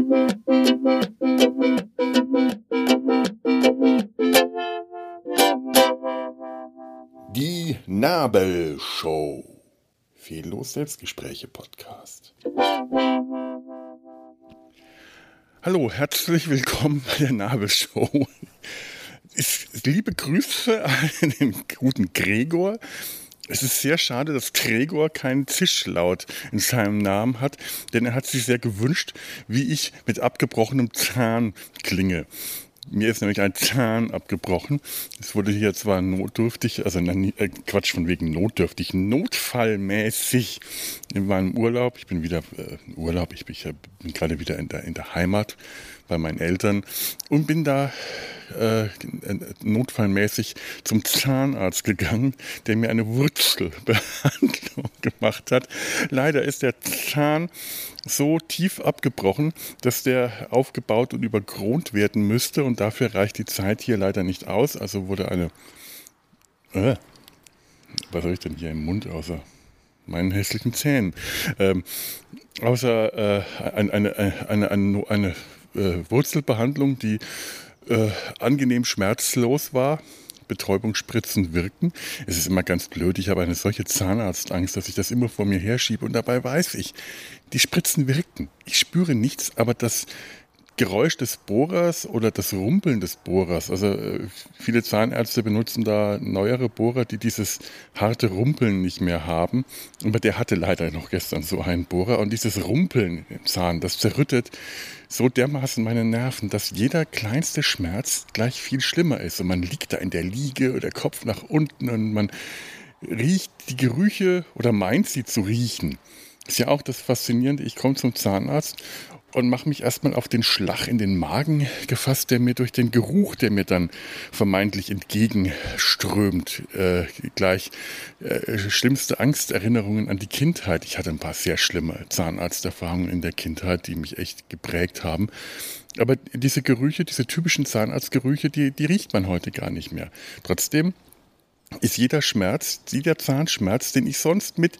Die Nabelshow. Fehllos Selbstgespräche-Podcast. Hallo, herzlich willkommen bei der Nabelshow. Liebe Grüße an den guten Gregor. Es ist sehr schade, dass Gregor keinen Zischlaut in seinem Namen hat, denn er hat sich sehr gewünscht, wie ich mit abgebrochenem Zahn klinge. Mir ist nämlich ein Zahn abgebrochen. Es wurde hier zwar notdürftig, notfallmäßig in meinem Urlaub. Ich bin wieder im Urlaub, ich bin gerade wieder in der Heimat bei meinen Eltern und bin da notfallmäßig zum Zahnarzt gegangen, der mir eine Wurzelbehandlung gemacht hat. Leider ist der Zahn so tief abgebrochen, dass der aufgebaut und überkront werden müsste und dafür reicht die Zeit hier leider nicht aus. Also wurde was habe ich denn hier im Mund außer meinen hässlichen Zähnen? Eine Wurzelbehandlung, die angenehm schmerzlos war. Betäubungsspritzen wirken. Es ist immer ganz blöd, ich habe eine solche Zahnarztangst, dass ich das immer vor mir herschiebe und dabei weiß ich, die Spritzen wirken. Ich spüre nichts, aber das Geräusch des Bohrers oder das Rumpeln des Bohrers, also viele Zahnärzte benutzen da neuere Bohrer, die dieses harte Rumpeln nicht mehr haben, aber der hatte leider noch gestern so einen Bohrer und dieses Rumpeln im Zahn, das zerrüttet so dermaßen meine Nerven, dass jeder kleinste Schmerz gleich viel schlimmer ist und man liegt da in der Liege oder der Kopf nach unten und man riecht die Gerüche oder meint sie zu riechen. Ist ja auch das Faszinierende, ich komme zum Zahnarzt und mache mich erstmal auf den Schlag in den Magen gefasst, der mir durch den Geruch, der mir dann vermeintlich entgegenströmt, gleich schlimmste Angsterinnerungen an die Kindheit. Ich hatte ein paar sehr schlimme Zahnarzterfahrungen in der Kindheit, die mich echt geprägt haben. Aber diese Gerüche, diese typischen Zahnarztgerüche, die riecht man heute gar nicht mehr. Trotzdem ist jeder Zahnschmerz, den ich sonst mit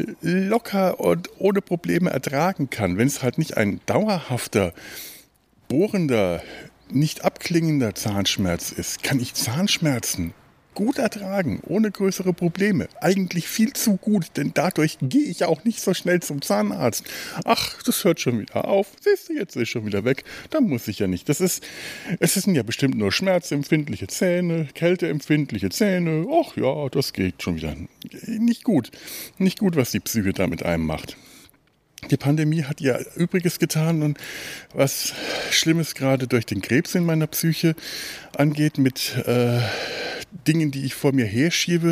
locker und ohne Probleme ertragen kann, wenn es halt nicht ein dauerhafter, bohrender, nicht abklingender Zahnschmerz ist, kann ich Zahnschmerzen gut ertragen, ohne größere Probleme. Eigentlich viel zu gut, denn dadurch gehe ich auch nicht so schnell zum Zahnarzt. Ach, das hört schon wieder auf. Siehst du, jetzt ist schon wieder weg. Da muss ich ja nicht. Es sind ja bestimmt nur schmerzempfindliche Zähne, kälteempfindliche Zähne. Ach ja, das geht schon wieder. Nicht gut. Nicht gut, was die Psyche da mit einem macht. Die Pandemie hat ja Übriges getan und was Schlimmes gerade durch den Krebs in meiner Psyche angeht mit Dingen, die ich vor mir herschiebe,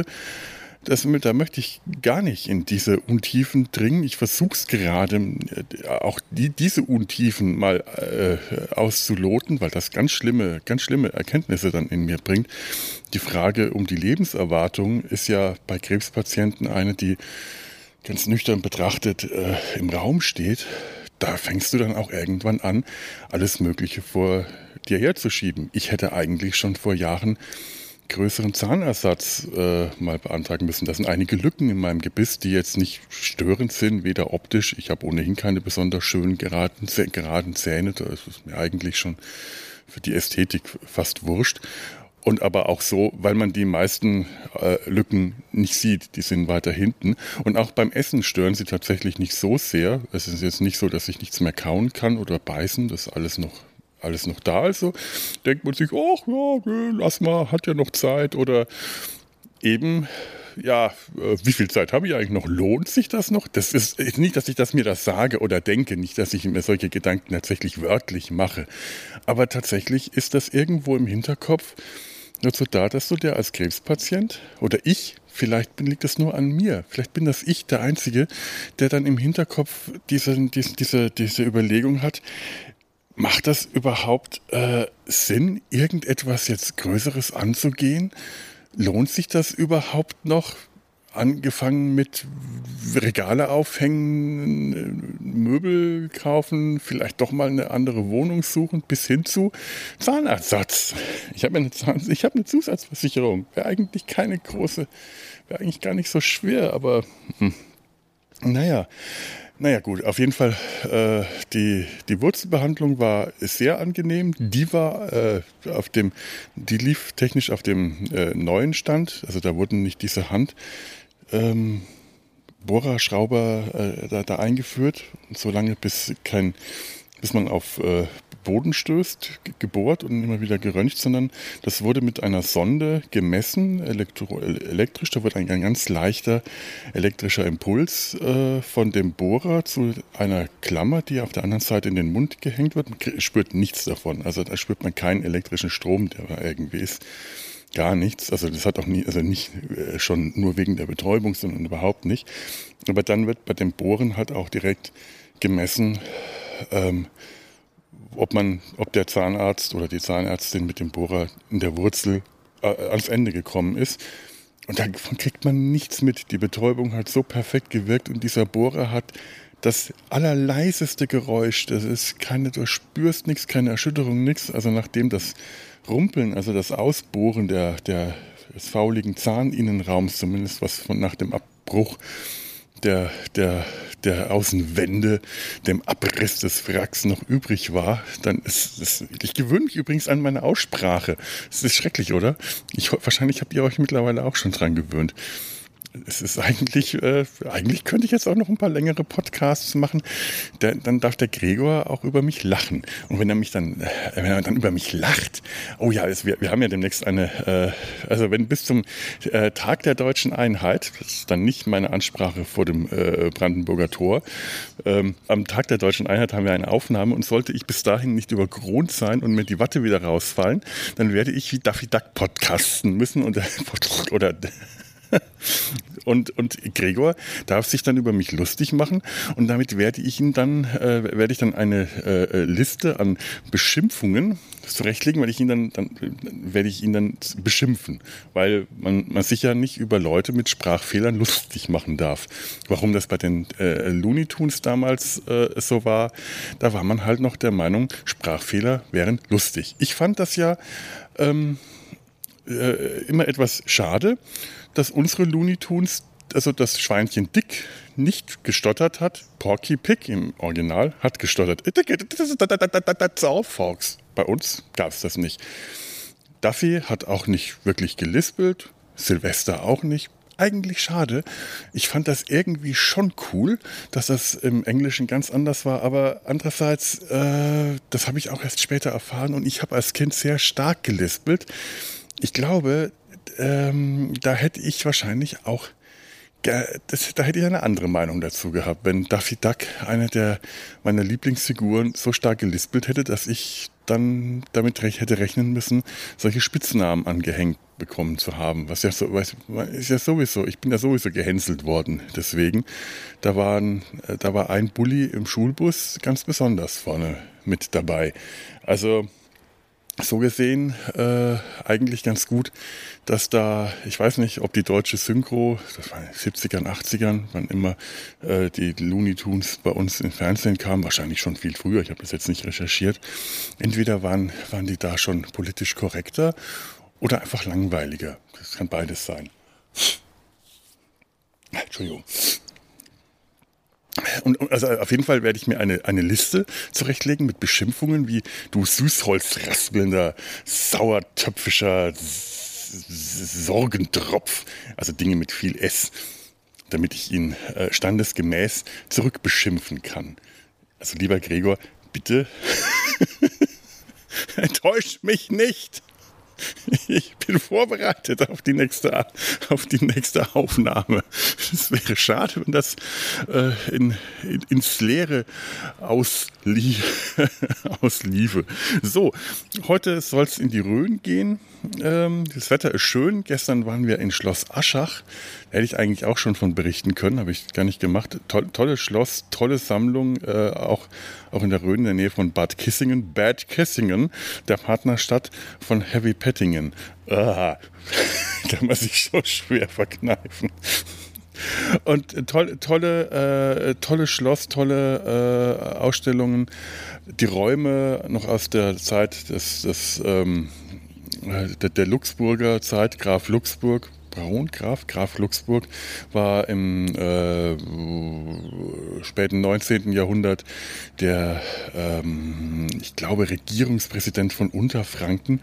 da möchte ich gar nicht in diese Untiefen dringen. Ich versuche es gerade, auch diese Untiefen mal auszuloten, weil das ganz schlimme Erkenntnisse dann in mir bringt. Die Frage um die Lebenserwartung ist ja bei Krebspatienten eine, die ganz nüchtern betrachtet im Raum steht. Da fängst du dann auch irgendwann an, alles Mögliche vor dir herzuschieben. Ich hätte eigentlich schon vor Jahren größeren Zahnersatz mal beantragen müssen. Das sind einige Lücken in meinem Gebiss, die jetzt nicht störend sind, weder optisch. Ich habe ohnehin keine besonders schönen geraden Zähne. Das ist mir eigentlich schon für die Ästhetik fast wurscht. Und aber auch so, weil man die meisten Lücken nicht sieht, die sind weiter hinten. Und auch beim Essen stören sie tatsächlich nicht so sehr. Es ist jetzt nicht so, dass ich nichts mehr kauen kann oder beißen, das ist alles noch da. Also denkt man sich, ach ja, lass mal, hat ja noch Zeit. Oder eben, ja, wie viel Zeit habe ich eigentlich noch? Lohnt sich das noch? Das ist nicht, dass ich mir das sage oder denke, nicht, dass ich mir solche Gedanken tatsächlich wörtlich mache. Aber tatsächlich ist das irgendwo im Hinterkopf dazu da, dass du dir als Krebspatient oder liegt das nur an mir, vielleicht bin das ich der Einzige, der dann im Hinterkopf diese Überlegung hat, macht das überhaupt Sinn, irgendetwas jetzt Größeres anzugehen? Lohnt sich das überhaupt noch? Angefangen mit Regale aufhängen, Möbel kaufen, vielleicht doch mal eine andere Wohnung suchen, bis hin zu Zahnersatz. Ich habe eine Zusatzversicherung. Wäre eigentlich gar nicht so schwer, aber naja. Naja gut, auf jeden Fall, die Wurzelbehandlung war sehr angenehm. Die lief technisch auf dem neuen Stand. Also da wurden nicht diese Bohrerschrauber da eingeführt, solange bis man auf Boden stößt, gebohrt und immer wieder geröntgt, sondern das wurde mit einer Sonde gemessen, elektrisch. Da wird ein ganz leichter elektrischer Impuls von dem Bohrer zu einer Klammer, die auf der anderen Seite in den Mund gehängt wird. Man spürt nichts davon. Also da spürt man keinen elektrischen Strom, der da irgendwie ist. Gar nichts. Also das hat auch nie, also nicht schon nur wegen der Betäubung, sondern überhaupt nicht. Aber dann wird bei dem Bohren halt auch direkt gemessen, ob der Zahnarzt oder die Zahnärztin mit dem Bohrer in der Wurzel ans Ende gekommen ist. Und davon kriegt man nichts mit. Die Betäubung hat so perfekt gewirkt und dieser Bohrer hat das allerleiseste Geräusch. Du spürst nichts, keine Erschütterung, nichts. Also nachdem das Rumpeln, also das Ausbohren des fauligen Zahninnenraums, zumindest nach dem Abbruch der Außenwände, dem Abriss des Wracks noch übrig war, dann ich gewöhne mich übrigens an meine Aussprache. Es ist schrecklich, oder? Wahrscheinlich habt ihr euch mittlerweile auch schon dran gewöhnt. Es ist eigentlich könnte ich jetzt auch noch ein paar längere Podcasts machen. Dann darf der Gregor auch über mich lachen. Und wenn er dann über mich lacht, oh ja, wir haben ja demnächst also wenn bis zum Tag der Deutschen Einheit, das ist dann nicht meine Ansprache vor dem Brandenburger Tor, am Tag der Deutschen Einheit haben wir eine Aufnahme und sollte ich bis dahin nicht übergront sein und mir die Watte wieder rausfallen, dann werde ich wie Daffy Duck podcasten müssen und Gregor darf sich dann über mich lustig machen und damit werde ich dann eine Liste an Beschimpfungen zurechtlegen, weil dann werde ich ihn dann beschimpfen, weil man sich ja nicht über Leute mit Sprachfehlern lustig machen darf. Warum das bei den Looney Tunes damals so war, da war man halt noch der Meinung, Sprachfehler wären lustig. Ich fand das ja immer etwas schade, dass unsere Looney Tunes, also das Schweinchen Dick, nicht gestottert hat. Porky Pig im Original hat gestottert. That's all, folks. Bei uns gab es das nicht. Daffy hat auch nicht wirklich gelispelt. Sylvester auch nicht. Eigentlich schade. Ich fand das irgendwie schon cool, dass das im Englischen ganz anders war. Aber andererseits, das habe ich auch erst später erfahren und ich habe als Kind sehr stark gelispelt. Ich glaube, da hätte ich wahrscheinlich auch, da hätte ich eine andere Meinung dazu gehabt, wenn Daffy Duck, eine meiner Lieblingsfiguren, so stark gelispelt hätte, dass ich dann damit hätte rechnen müssen, solche Spitznamen angehängt bekommen zu haben. Ich bin ja sowieso gehänselt worden. Deswegen, da war ein Bully im Schulbus ganz besonders vorne mit dabei. Also so gesehen eigentlich ganz gut, dass da, ich weiß nicht, ob die deutsche Synchro, das war in den 70ern, 80ern, wann immer die Looney Tunes bei uns im Fernsehen kamen, wahrscheinlich schon viel früher, ich habe das jetzt nicht recherchiert, entweder waren die da schon politisch korrekter oder einfach langweiliger. Das kann beides sein. Entschuldigung. Und also auf jeden Fall werde ich mir eine Liste zurechtlegen mit Beschimpfungen wie du süßholzraspelnder, sauertöpfischer Sorgentropf, also Dinge mit viel S, damit ich ihn standesgemäß zurückbeschimpfen kann. Also lieber Gregor, bitte enttäusch mich nicht. Ich bin vorbereitet auf die nächste Aufnahme. Es wäre schade, wenn das ins Leere ausliefe. So, heute soll es in die Rhön gehen. Das Wetter ist schön. Gestern waren wir in Schloss Aschach. Da hätte ich eigentlich auch schon von berichten können, habe ich gar nicht gemacht. Tolles Schloss, tolle Sammlung, auch in der Rhön in der Nähe von Bad Kissingen, der Partnerstadt von Heavy Pettingen. Kann man sich so schwer verkneifen. Und tolles Schloss, tolle Ausstellungen. Die Räume noch aus der Zeit der Luxemburger Zeit, Graf Luxemburg, Braun, Graf Luxburg, war im späten 19. Jahrhundert der, ich glaube, Regierungspräsident von Unterfranken,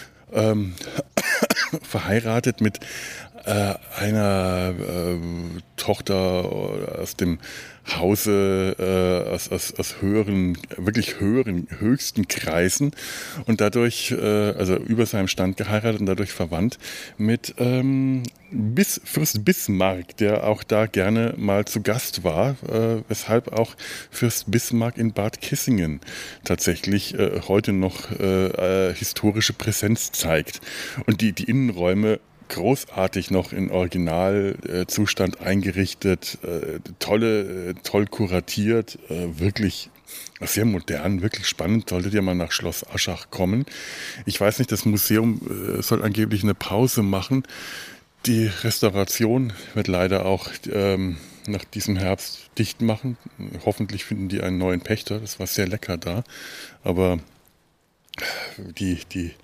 verheiratet mit einer Tochter aus dem Hause, aus höchsten Kreisen und dadurch, also über seinem Stand geheiratet und dadurch verwandt mit Fürst Bismarck, der auch da gerne mal zu Gast war, weshalb auch Fürst Bismarck in Bad Kissingen tatsächlich heute noch historische Präsenz zeigt. Und die Innenräume großartig noch in Originalzustand eingerichtet, toll kuratiert, wirklich sehr modern, wirklich spannend. Solltet ihr mal nach Schloss Aschach kommen. Ich weiß nicht, das Museum soll angeblich eine Pause machen. Die Restauration wird leider auch nach diesem Herbst dicht machen. Hoffentlich finden die einen neuen Pächter. Das war sehr lecker da. Aber die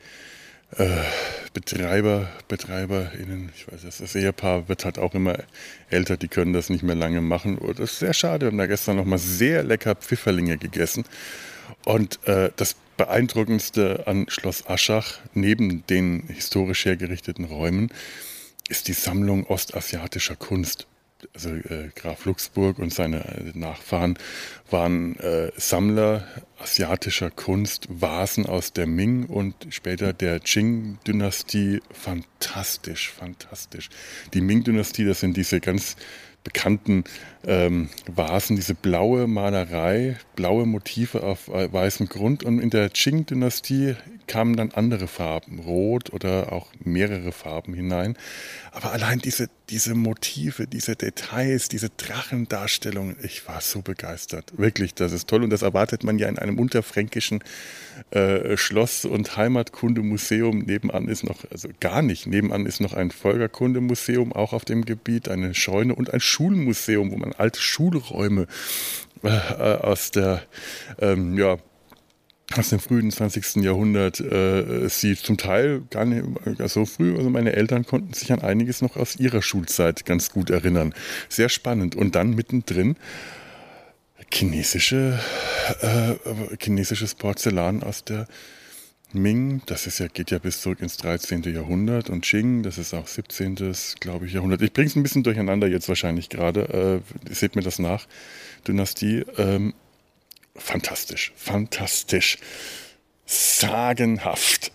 BetreiberInnen, ich weiß, das Ehepaar wird halt auch immer älter, die können das nicht mehr lange machen. Und das ist sehr schade. Wir haben da gestern nochmal sehr lecker Pfifferlinge gegessen. Und das Beeindruckendste an Schloss Aschach, neben den historisch hergerichteten Räumen, ist die Sammlung ostasiatischer Kunst. Also Graf Luxburg und seine Nachfahren waren Sammler asiatischer Kunst, Vasen aus der Ming und später der Qing-Dynastie. Fantastisch. Die Ming-Dynastie, das sind diese ganz bekannten Vasen, diese blaue Malerei, blaue Motive auf weißem Grund. Und in der Qing-Dynastie kamen dann andere Farben, rot oder auch mehrere Farben hinein. Aber allein diese Motive, diese Details, diese Drachendarstellungen, ich war so begeistert. Wirklich, das ist toll. Und das erwartet man ja in einem unterfränkischen Schloss- und Heimatkundemuseum. Nebenan ist noch ein Völkerkundemuseum, auch auf dem Gebiet, eine Scheune und ein Schulmuseum, wo man alte Schulräume aus dem frühen 20. Jahrhundert sieht. Zum Teil gar nicht so früh. Also meine Eltern konnten sich an einiges noch aus ihrer Schulzeit ganz gut erinnern. Sehr spannend. Und dann mittendrin chinesisches Porzellan aus der Ming, geht ja bis zurück ins 13. Jahrhundert, und Qing, das ist auch 17. glaube ich, Jahrhundert. Ich bringe es ein bisschen durcheinander jetzt wahrscheinlich gerade. Seht mir das nach. Dynastie. Fantastisch. Sagenhaft.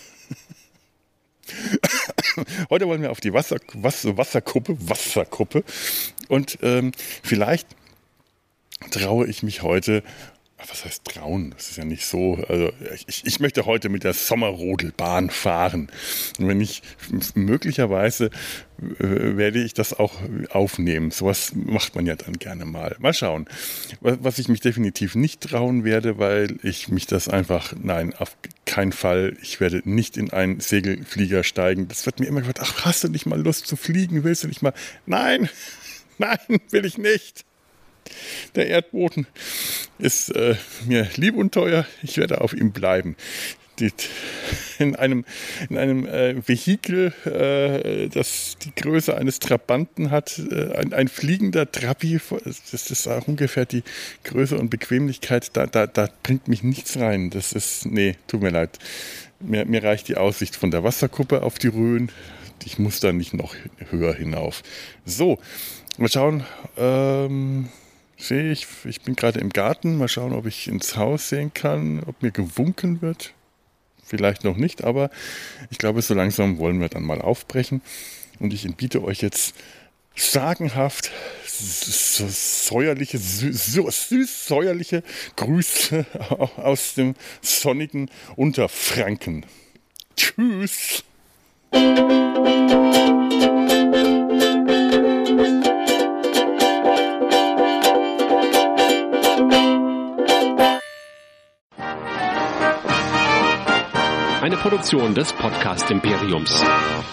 Heute wollen wir auf die Wasserkuppe. Und vielleicht traue ich mich heute. Was heißt trauen? Das ist ja nicht so. Also ich möchte heute mit der Sommerrodelbahn fahren. Und wenn nicht, möglicherweise werde ich das auch aufnehmen. Sowas macht man ja dann gerne mal. Mal schauen. Was ich mich definitiv nicht trauen werde, weil ich mich das einfach, nein, auf keinen Fall. Ich werde nicht in einen Segelflieger steigen. Das wird mir immer gesagt, ach, hast du nicht mal Lust zu fliegen? Willst du nicht mal? Nein, will ich nicht. Der Erdboden ist mir lieb und teuer. Ich werde auf ihm bleiben. In einem Vehikel, das die Größe eines Trabanten hat, ein fliegender Trabi, das ist auch ungefähr die Größe und Bequemlichkeit, da bringt mich nichts rein. Tut mir leid. Mir reicht die Aussicht von der Wasserkuppe auf die Rhön. Ich muss da nicht noch höher hinauf. So, mal schauen. Ich bin gerade im Garten. Mal schauen, ob ich ins Haus sehen kann, ob mir gewunken wird. Vielleicht noch nicht, aber ich glaube, so langsam wollen wir dann mal aufbrechen. Und ich biete euch jetzt sagenhaft süß-säuerliche Grüße aus dem sonnigen Unterfranken. Tschüss! Eine Produktion des Podcast Imperiums.